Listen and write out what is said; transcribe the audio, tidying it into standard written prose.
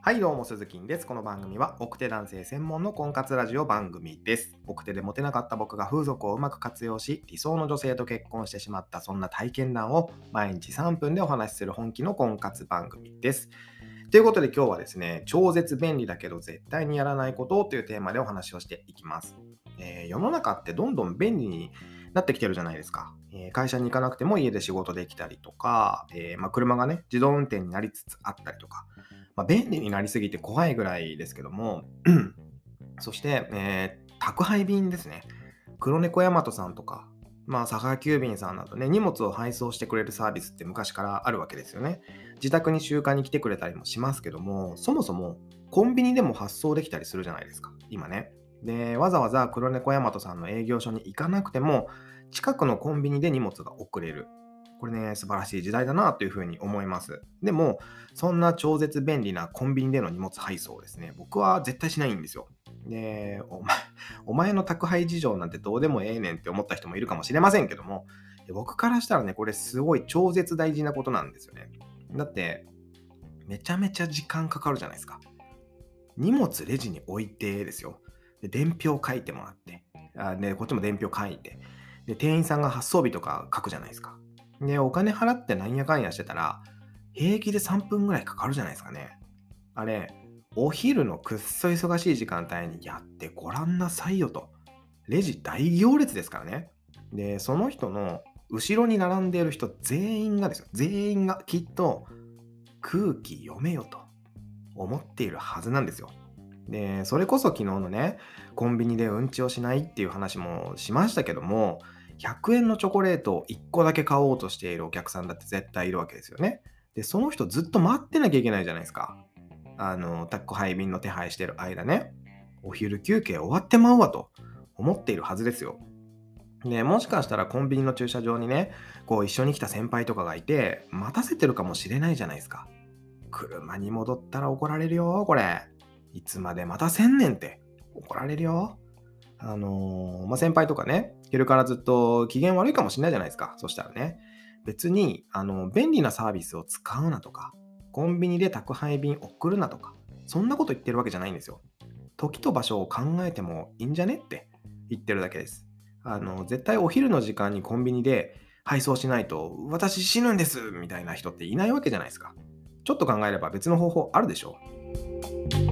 はいどうも鈴木です。この番組は奥手男性専門の婚活ラジオ番組です。奥手でモテなかった僕が風俗をうまく活用し理想の女性と結婚してしまったそんな体験談を毎日3分でお話しする本気の婚活番組です。ということで今日はですね、超絶便利だけど絶対にやらないことというテーマでお話をしていきます。世の中ってどんどん便利になってきてるじゃないですか。会社に行かなくても家で仕事できたりとか、車がね、自動運転になりつつあったりとか、便利になりすぎて怖いぐらいですけども、そして、宅配便ですね。黒猫ヤマトさんとか、佐川急便さんなどね、荷物を配送してくれるサービスって昔からあるわけですよね。自宅に集荷に来てくれたりもしますけども、そもそもコンビニでも発送できたりするじゃないですか、今ね。で、わざわざ黒猫ヤマトさんの営業所に行かなくても、近くのコンビニで荷物が送れる。これね、素晴らしい時代だなというふうに思います。でも、そんな超絶便利なコンビニでの荷物配送をですね、僕は絶対しないんですよ。で、お前の宅配事情なんてどうでもええねんって思った人もいるかもしれませんけども、僕からしたらね、これすごい超絶大事なことなんですよね。だって、めちゃめちゃ時間かかるじゃないですか。荷物レジに置いてですよ。で、伝票書いてもらって、で、こっちも伝票書いて、で、店員さんが発送日とか書くじゃないですか。で、お金払ってなんやかんやしてたら、平気で3分ぐらいかかるじゃないですかね。あれ、お昼のくっそ忙しい時間帯にやってごらんなさいよと。レジ大行列ですからね。で、その人の後ろに並んでいる人全員がですよ。全員がきっと空気読めよと思っているはずなんですよ。で、それこそ昨日のね、コンビニでうんちをしないっていう話もしましたけども、100円のチョコレートを1個だけ買おうとしているお客さんだって絶対いるわけですよね。で、その人ずっと待ってなきゃいけないじゃないですか。宅配便の手配してる間ね。お昼休憩終わってまうわと思っているはずですよ。で、もしかしたらコンビニの駐車場にね、こう一緒に来た先輩とかがいて、待たせてるかもしれないじゃないですか。車に戻ったら怒られるよ、これ。いつまで待たせんねんって。怒られるよ。先輩とかね、昼からずっと機嫌悪いかもしれないじゃないですか。そしたらね。別に、便利なサービスを使うなとか、コンビニで宅配便送るなとか、そんなこと言ってるわけじゃないんですよ。時と場所を考えてもいいんじゃねって言ってるだけです。絶対お昼の時間にコンビニで配送しないと、私死ぬんですみたいな人っていないわけじゃないですか。ちょっと考えれば別の方法あるでしょう。